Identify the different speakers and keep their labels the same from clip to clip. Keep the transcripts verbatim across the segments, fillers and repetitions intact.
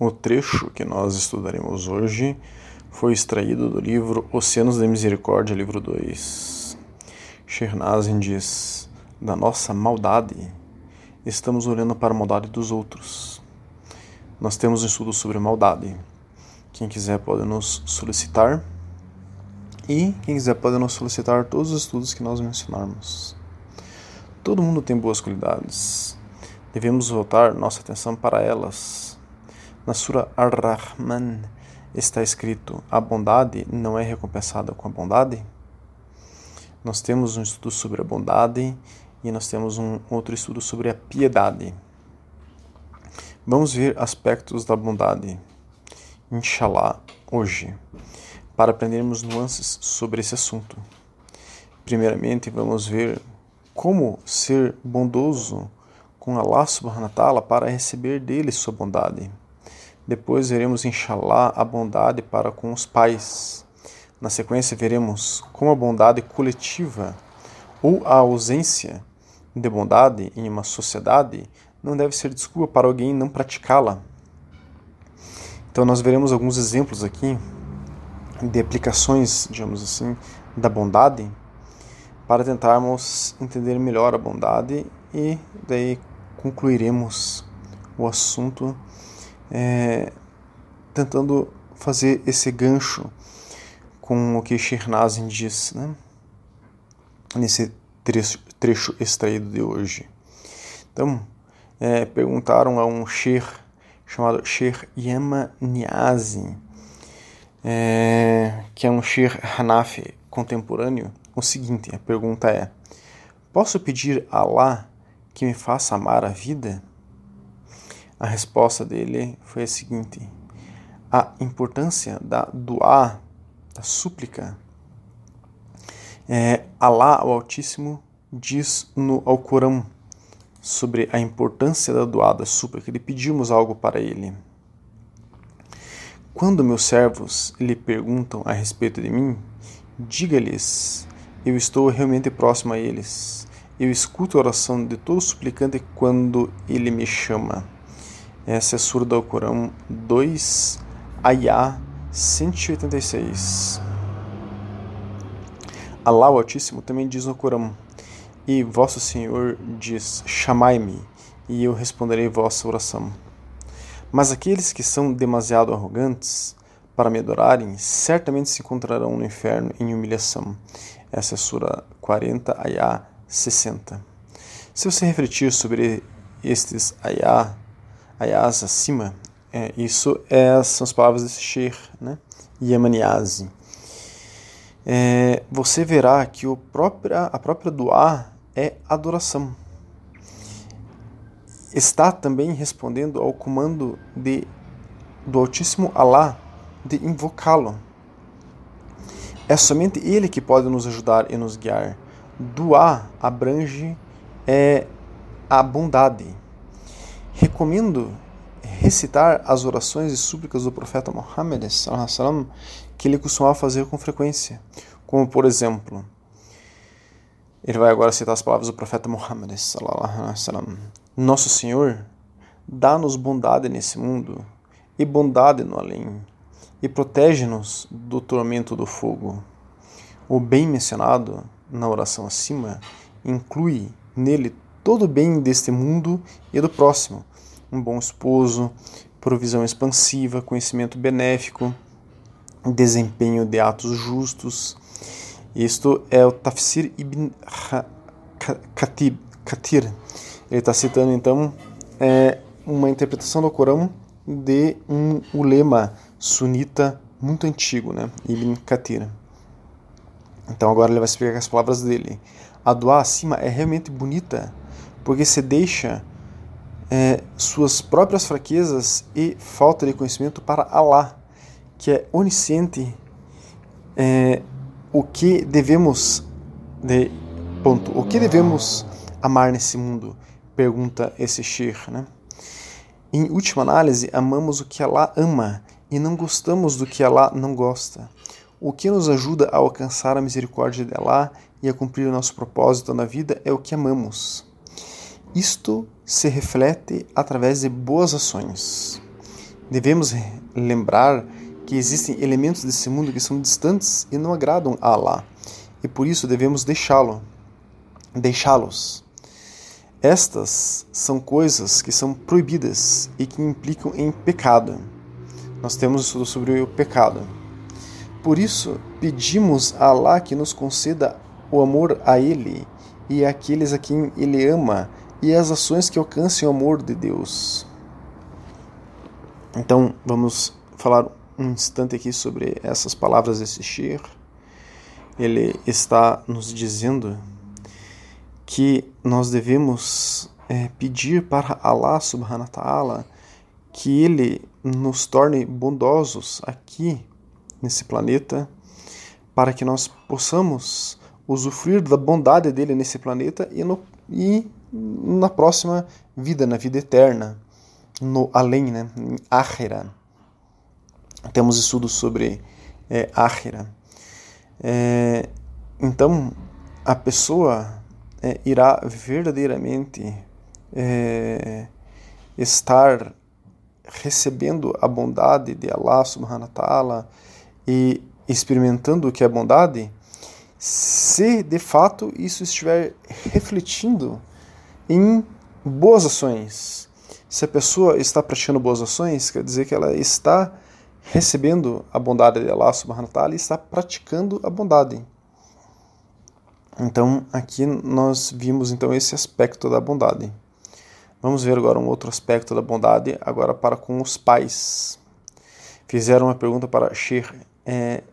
Speaker 1: O trecho que nós estudaremos hoje foi extraído do livro Oceanos da Misericórdia, livro dois. Sheikh Nazim diz: da nossa maldade, estamos olhando para a maldade dos outros. Nós temos um estudo sobre maldade. Quem quiser pode nos solicitar. E quem quiser pode nos solicitar todos os estudos que nós mencionarmos. Todo mundo tem boas qualidades. Devemos voltar nossa atenção para elas. Na Sura Ar-Rahman está escrito: a bondade não é recompensada com a bondade? Nós temos um estudo sobre a bondade e nós temos um outro estudo sobre a piedade. Vamos ver aspectos da bondade, inshallah, hoje, para aprendermos nuances sobre esse assunto. Primeiramente, vamos ver como ser bondoso com Allah subhanahu wa ta'ala para receber dele sua bondade. Depois veremos, inshallah, a bondade para com os pais. Na sequência, veremos como a bondade coletiva ou a ausência de bondade em uma sociedade não deve ser desculpa para alguém não praticá-la. Então, nós veremos alguns exemplos aqui de aplicações, digamos assim, da bondade, para tentarmos entender melhor a bondade e daí concluiremos o assunto é, tentando fazer esse gancho com o que Sheikh Nazim diz, né, nesse trecho, trecho extraído de hoje. Então, é, perguntaram a um Sheikh chamado Sheikh Yama Niazi, É, que é um Sheikh Hanafi contemporâneo, o seguinte: a pergunta é: posso pedir a Allah que me faça amar a vida? A resposta dele foi a seguinte: a importância da duá, da súplica. É, Allah, o Altíssimo, diz no Alcorão sobre a importância da duá, da súplica, ele pedimos algo para ele. Quando meus servos lhe perguntam a respeito de mim, diga-lhes: eu estou realmente próximo a eles. Eu escuto a oração de todo suplicante quando ele me chama. Essa é a Sura do Alcorão dois, Ayah cento e oitenta e seis. Allah, o Altíssimo, também diz no Alcorão: e vosso Senhor diz: chamai-me, e eu responderei vossa oração. Mas aqueles que são demasiado arrogantes para me adorarem, certamente se encontrarão no inferno em humilhação. Essa é a Sura quarenta, Ayah sessenta. Se você refletir sobre estes Ayah, Ayahs acima, é, isso é, são as palavras desse Sheikh, né, Yama Niazi. É, você verá que o própria, a própria duá é adoração. Está também respondendo ao comando de, do Altíssimo Allah de invocá-lo. É somente Ele que pode nos ajudar e nos guiar. Duá abrange é, a bondade. Recomendo recitar as orações e súplicas do profeta Muhammad, que ele costumava fazer com frequência. Como, por exemplo, ele vai agora citar as palavras do profeta Muhammad: Nosso Senhor, dá-nos bondade nesse mundo e bondade no além, e protege-nos do tormento do fogo. O bem mencionado na oração acima inclui nele todo o bem deste mundo e do próximo: um bom esposo, provisão expansiva, conhecimento benéfico, desempenho de atos justos. Isto é o Tafsir Ibn Kathir. Ele está citando, então, é, uma interpretação do Corão de um ulema sunita muito antigo, né? Ibn Kathir. Então, agora ele vai explicar as palavras dele. A duá acima é realmente bonita, porque se deixa é, suas próprias fraquezas e falta de conhecimento para Allah, que é onisciente, é, o que devemos de, ponto, o que devemos amar nesse mundo? Pergunta esse Sheikh, né? Em última análise, amamos o que Allah ama e não gostamos do que Allah não gosta. O que nos ajuda a alcançar a misericórdia de Allah e a cumprir o nosso propósito na vida é o que amamos. Isto se reflete através de boas ações. Devemos lembrar que existem elementos desse mundo que são distantes e não agradam a Allah, e por isso devemos deixá-lo, deixá-los. Estas são coisas que são proibidas e que implicam em pecado. Nós temos estudo sobre o pecado. Por isso, pedimos a Allah que nos conceda o amor a Ele e àqueles a quem Ele ama e as ações que alcancem o amor de Deus. Então, vamos falar um instante aqui sobre essas palavras desse Sheikh. Ele está nos dizendo que nós devemos é, pedir para Allah subhanahu wa ta'ala que Ele nos torne bondosos aqui nesse planeta, para que nós possamos usufruir da bondade dele nesse planeta e, no, e na próxima vida, na vida eterna, no além, né, em Akhira. Temos estudos sobre é, Akhira. É, então, a pessoa é, irá verdadeiramente é, estar recebendo a bondade de Allah subhanahu wa ta'ala e experimentando o que é bondade, se de fato isso estiver refletindo em boas ações. Se a pessoa está praticando boas ações, quer dizer que ela está recebendo a bondade de Allah subhanahu wa ta'ala e está praticando a bondade. Então, aqui nós vimos então esse aspecto da bondade. Vamos ver agora um outro aspecto da bondade, agora para com os pais. Fizeram uma pergunta para Sheikh é,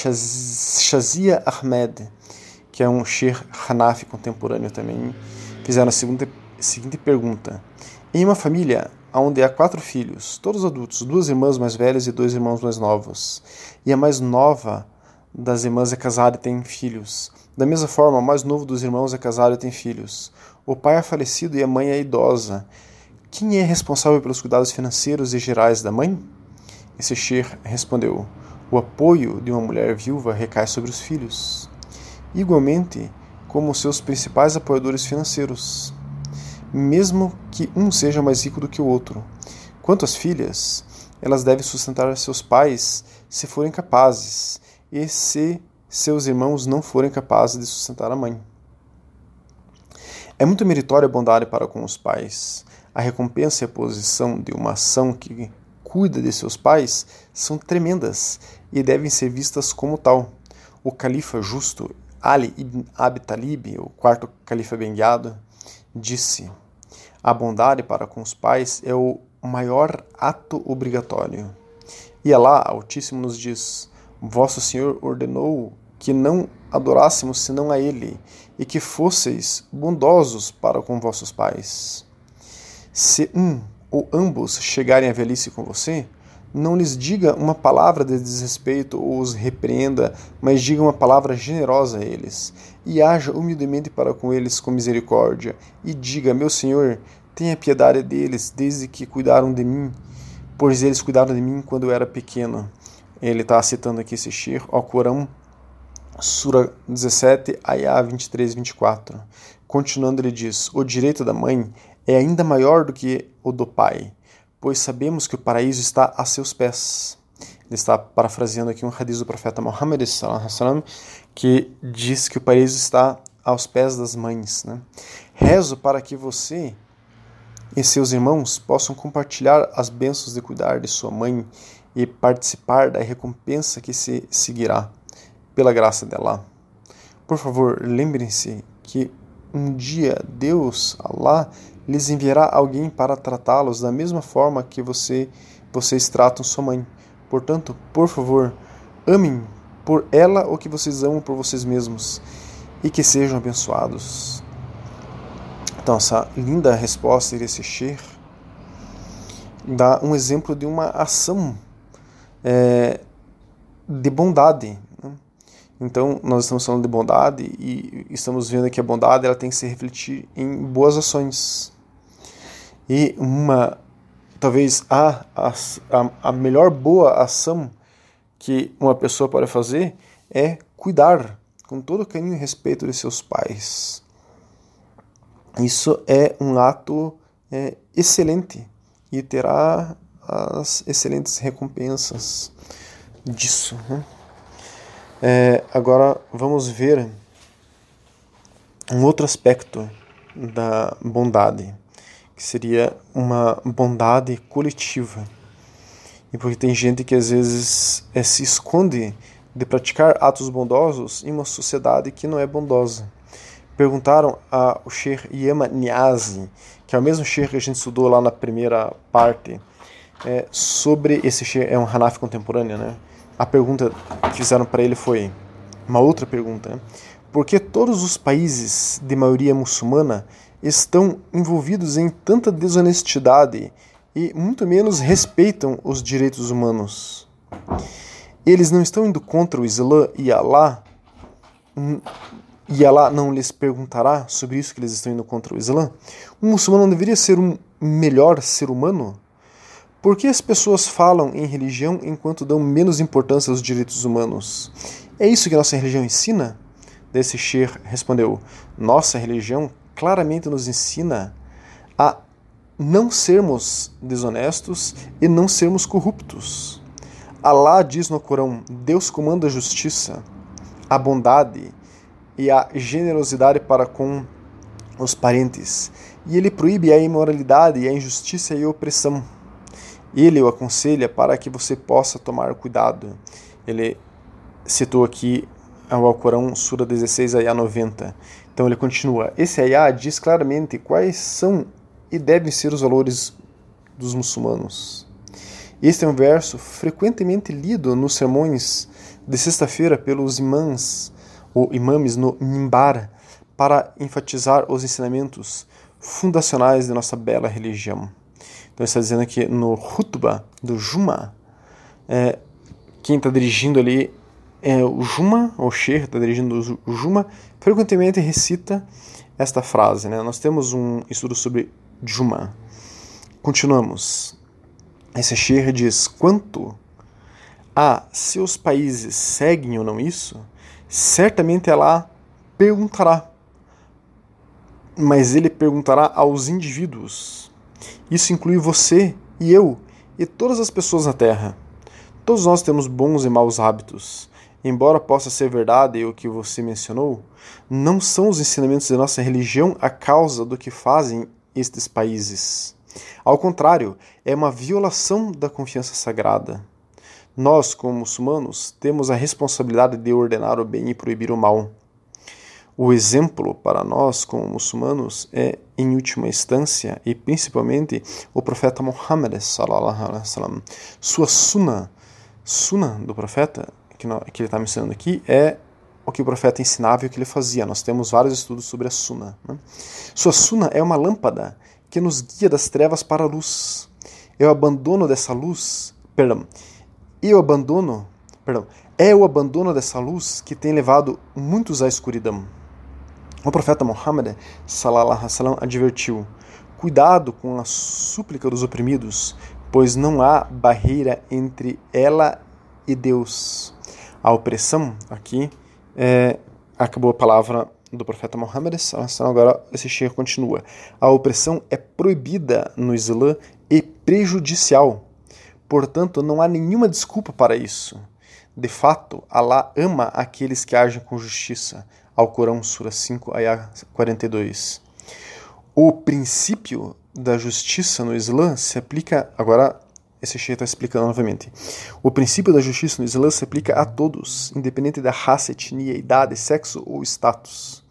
Speaker 1: Shazia Ahmed, que é um Sheikh Hanafi contemporâneo também. Fizeram a segunda, seguinte pergunta. Em uma família onde há quatro filhos, todos adultos, duas irmãs mais velhas e dois irmãos mais novos, e a mais nova das irmãs é casada e tem filhos. Da mesma forma, o mais novo dos irmãos é casado e tem filhos. O pai é falecido e a mãe é idosa. Quem é responsável pelos cuidados financeiros e gerais da mãe? Esse Sheikh respondeu: o apoio de uma mulher viúva recai sobre os filhos, igualmente como seus principais apoiadores financeiros, mesmo que um seja mais rico do que o outro. Quanto às filhas, elas devem sustentar seus pais se forem capazes, e se seus irmãos não forem capazes de sustentar a mãe. É muito meritória a bondade para com os pais. A recompensa e a posição de uma ação que cuida de seus pais são tremendas e devem ser vistas como tal. O califa justo Ali ibn Abi Talib, o quarto califa bem guiado, disse: a bondade para com os pais é o maior ato obrigatório. E Allah Altíssimo nos diz: vosso Senhor ordenou que não adorássemos senão a Ele, e que fosseis bondosos para com vossos pais. Se um ou ambos chegarem à velhice com você, não lhes diga uma palavra de desrespeito ou os repreenda, mas diga uma palavra generosa a eles, e haja humildemente para com eles com misericórdia, e diga: meu Senhor, tenha piedade deles, desde que cuidaram de mim, pois eles cuidaram de mim quando eu era pequeno. Ele está citando aqui esse Sheikh, ao Corão, Sura dezessete, Ayah vinte e três e vinte e quatro. Continuando, ele diz: o direito da mãe é ainda maior do que o do pai, pois sabemos que o paraíso está a seus pés. Ele está parafraseando aqui um hadith do profeta Muhammad, que diz que o paraíso está aos pés das mães, né? Rezo para que você e seus irmãos possam compartilhar as bênçãos de cuidar de sua mãe e participar da recompensa que se seguirá, pela graça dela. Por favor, lembrem-se que um dia Deus, Allah, lhes enviará alguém para tratá-los da mesma forma que você, vocês tratam sua mãe. Portanto, por favor, amem por ela o que vocês amam por vocês mesmos, e que sejam abençoados. Então, essa linda resposta desse Sheikh dá um exemplo de uma ação é, de bondade. Né? Então, nós estamos falando de bondade e estamos vendo que a bondade ela tem que se refletir em boas ações. E uma, talvez a, a, a melhor boa ação que uma pessoa pode fazer é cuidar com todo carinho e respeito de seus pais. Isso é um ato é, excelente e terá as excelentes recompensas disso, né? É, agora vamos ver um outro aspecto da bondade, que seria uma bondade coletiva. E porque tem gente que às vezes é, se esconde de praticar atos bondosos em uma sociedade que não é bondosa. Perguntaram ao Sheikh Yama Niazi, que é o mesmo Sheikh que a gente estudou lá na primeira parte, é, sobre esse Sheikh, é um Hanafi contemporâneo, né? A pergunta que fizeram para ele foi uma outra pergunta, né? Por que todos os países de maioria muçulmana estão envolvidos em tanta desonestidade e muito menos respeitam os direitos humanos? Eles não estão indo contra o Islã e Allah? E Allah não lhes perguntará sobre isso que eles estão indo contra o Islã? Um muçulmano não deveria ser um melhor ser humano? Por que as pessoas falam em religião enquanto dão menos importância aos direitos humanos? É isso que nossa religião ensina? Desse Sheikh respondeu: nossa religião claramente nos ensina a não sermos desonestos e não sermos corruptos. Allah diz no Corão: Deus comanda a justiça, a bondade e a generosidade para com os parentes, e ele proíbe a imoralidade, a injustiça e a opressão. Ele o aconselha para que você possa tomar cuidado. Ele citou aqui ao Alcorão, Sura dezesseis, Ayah noventa. Então ele continua: esse Ayah diz claramente quais são e devem ser os valores dos muçulmanos. Este é um verso frequentemente lido nos sermões de sexta-feira pelos imãs ou imames no mimbar para enfatizar os ensinamentos fundacionais de nossa bela religião. Então ele está dizendo que no Hutbah do Juma, é, quem está dirigindo ali é o Juma, ou o Sheikh está dirigindo o Juma, frequentemente recita esta frase, né? Nós temos um estudo sobre Juma. Continuamos. Esse Sheikh diz: quanto a seus países seguem ou não isso, certamente ela perguntará, mas ele perguntará aos indivíduos. Isso inclui você e eu e todas as pessoas na Terra. Todos nós temos bons e maus hábitos. Embora possa ser verdade o que você mencionou, não são os ensinamentos de nossa religião a causa do que fazem estes países. Ao contrário, é uma violação da confiança sagrada. Nós, como muçulmanos, temos a responsabilidade de ordenar o bem e proibir o mal. O exemplo para nós, como muçulmanos, é, em última instância, e principalmente, o profeta Muhammad, sallallahu alaihi wasallam. Sua sunnah, sunnah do profeta, que, nós, que ele está mencionando aqui, é o que o profeta ensinava e o que ele fazia. Nós temos vários estudos sobre a sunnah, né? Sua sunnah é uma lâmpada que nos guia das trevas para a luz. É o abandono dessa luz, perdão, e o abandono, perdão, é o abandono dessa luz que tem levado muitos à escuridão. O profeta Muhammad, sallallahu alaihi wasallam, advertiu: cuidado com a súplica dos oprimidos, pois não há barreira entre ela e Deus. A opressão, aqui, é, acabou a palavra do profeta Muhammad, agora esse Sheikh continua: a opressão é proibida no Islã e prejudicial. Portanto, não há nenhuma desculpa para isso. De fato, Allah ama aqueles que agem com justiça. Ao Corão, Sura cinco, Ayah quarenta e dois. O princípio da justiça no Islã se aplica... Agora, esse Sheikh está explicando novamente. O princípio da justiça no Islã se aplica a todos, independente da raça, etnia, idade, sexo ou status.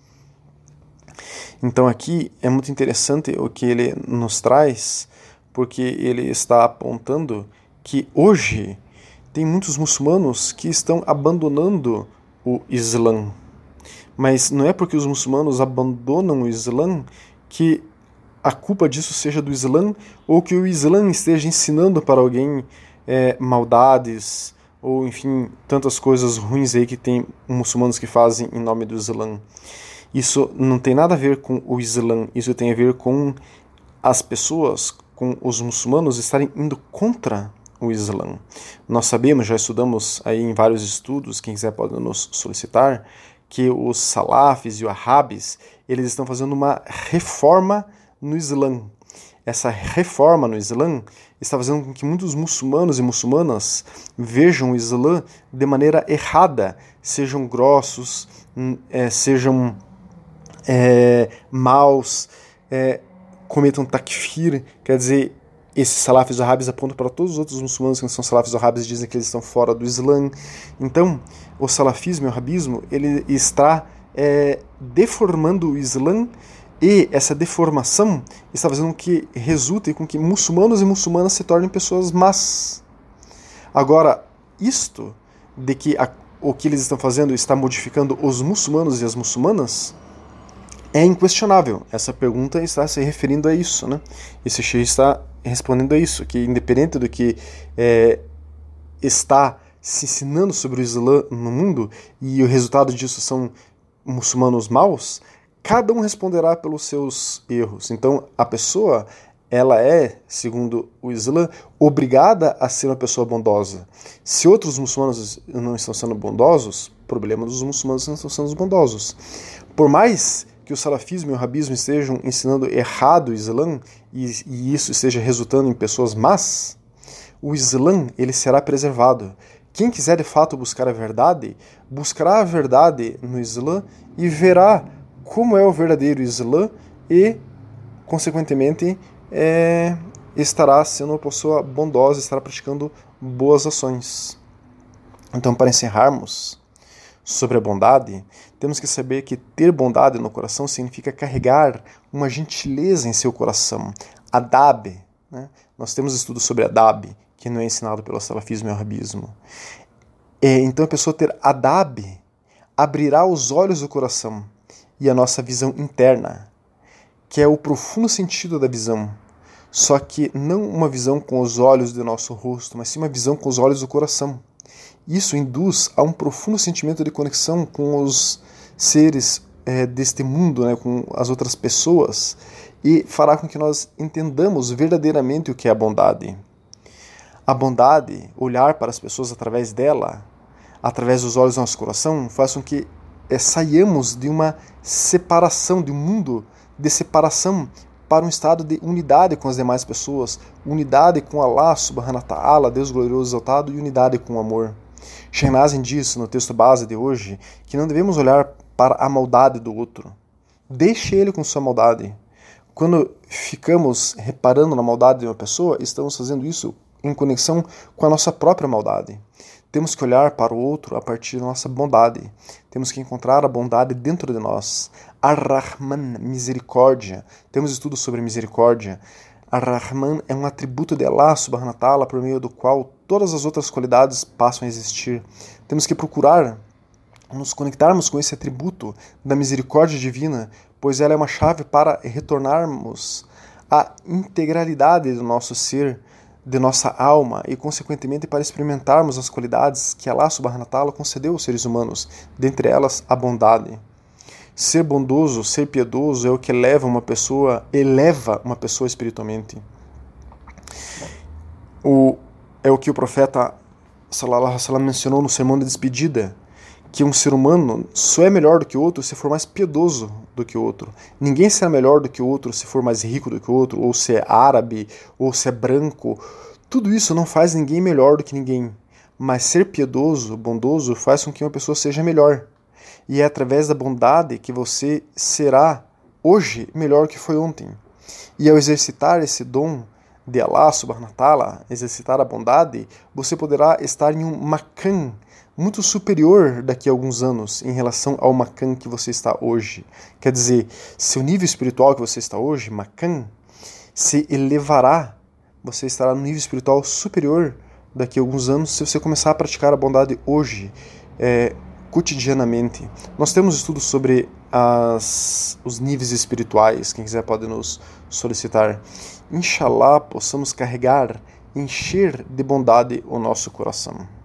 Speaker 1: Então aqui é muito interessante o que ele nos traz, porque ele está apontando que hoje tem muitos muçulmanos que estão abandonando o Islã. Mas não é porque os muçulmanos abandonam o Islã que a culpa disso seja do Islã, ou que o Islã esteja ensinando para alguém é, maldades, ou enfim, tantas coisas ruins aí que tem muçulmanos que fazem em nome do Islã. Isso não tem nada a ver com o Islã, isso tem a ver com as pessoas, com os muçulmanos estarem indo contra o Islã. Nós sabemos, já estudamos aí em vários estudos, quem quiser pode nos solicitar, que os salafis e os wahhabis, eles estão fazendo uma reforma no Islã. essa reforma no Islã está fazendo com que muitos muçulmanos e muçulmanas vejam o Islã de maneira errada, sejam grossos, é, sejam é, maus, é, cometam takfir, quer dizer, esses salafis wahhabis apontam para todos os outros muçulmanos que não são salafis wahhabis e dizem que eles estão fora do Islã. Então, o salafismo e o wahhabismo, ele está é, deformando o Islã, e essa deformação está fazendo com que resulte com que muçulmanos e muçulmanas se tornem pessoas más. Agora, isto de que a, o que eles estão fazendo está modificando os muçulmanos e as muçulmanas é inquestionável. Essa pergunta está se referindo a isso, né? Esse sheikh está respondendo a isso, que independente do que é, está se ensinando sobre o Islã no mundo e o resultado disso são muçulmanos maus, cada um responderá pelos seus erros. Então, a pessoa, ela é, segundo o Islã, obrigada a ser uma pessoa bondosa. Se outros muçulmanos não estão sendo bondosos, problema dos muçulmanos não estão sendo bondosos. Por mais que o salafismo e o wahhabismo estejam ensinando errado o Islã e, e isso esteja resultando em pessoas más, o Islã ele será preservado. Quem quiser de fato buscar a verdade, buscará a verdade no Islã e verá como é o verdadeiro Islã e, consequentemente, é, estará sendo uma pessoa bondosa, estará praticando boas ações. Então, para encerrarmos sobre a bondade, temos que saber que ter bondade no coração significa carregar uma gentileza em seu coração. Adab, né? Nós temos estudos sobre adab, que não é ensinado pelo salafismo e o wahhabismo. É, então, a pessoa ter adab abrirá os olhos do coração e a nossa visão interna, que é o profundo sentido da visão, só que não uma visão com os olhos do nosso rosto, mas sim uma visão com os olhos do coração. Isso induz a um profundo sentimento de conexão com os seres é, deste mundo, né, com as outras pessoas, e fará com que nós entendamos verdadeiramente o que é a bondade. A bondade, olhar para as pessoas através dela, através dos olhos do nosso coração, faz com que é, saiamos de uma separação, de um mundo de separação para um estado de unidade com as demais pessoas, unidade com Allah subhanahu wa ta'ala, Deus glorioso exaltado, e unidade com o amor. Sheikh Nazim diz no texto base de hoje que não devemos olhar para a maldade do outro. Deixe ele com sua maldade. Quando ficamos reparando na maldade de uma pessoa, estamos fazendo isso em conexão com a nossa própria maldade. Temos que olhar para o outro a partir da nossa bondade. Temos que encontrar a bondade dentro de nós. Ar-Rahman, misericórdia. Temos estudos sobre misericórdia. Ar-Rahman é um atributo de Allah subhanahu wa ta'ala por meio do qual todas as outras qualidades passam a existir. Temos que procurar nos conectarmos com esse atributo da misericórdia divina, pois ela é uma chave para retornarmos à integralidade do nosso ser, de nossa alma e, consequentemente, para experimentarmos as qualidades que Allah subhanahu wa ta'ala concedeu aos seres humanos, dentre elas a bondade. Ser bondoso, ser piedoso é o que eleva uma pessoa, eleva uma pessoa espiritualmente. O, é o que o profeta sallallahu alaihi wasallam mencionou no sermão de despedida, que um ser humano só é melhor do que o outro se for mais piedoso do que o outro. Ninguém será melhor do que o outro se for mais rico do que o outro, ou se é árabe, ou se é branco. Tudo isso não faz ninguém melhor do que ninguém. Mas ser piedoso, bondoso, faz com que uma pessoa seja melhor. E é através da bondade que você será hoje melhor que foi ontem. E ao exercitar esse dom de Allah subhanahu wa ta'ala, exercitar a bondade, você poderá estar em um makan muito superior daqui a alguns anos em relação ao makan que você está hoje. Quer dizer, seu nível espiritual que você está hoje, makan, se elevará, você estará no nível espiritual superior daqui a alguns anos se você começar a praticar a bondade hoje, é, cotidianamente. Nós temos estudos sobre as, os níveis espirituais, quem quiser pode nos solicitar. Inshallah, possamos carregar, encher de bondade o nosso coração.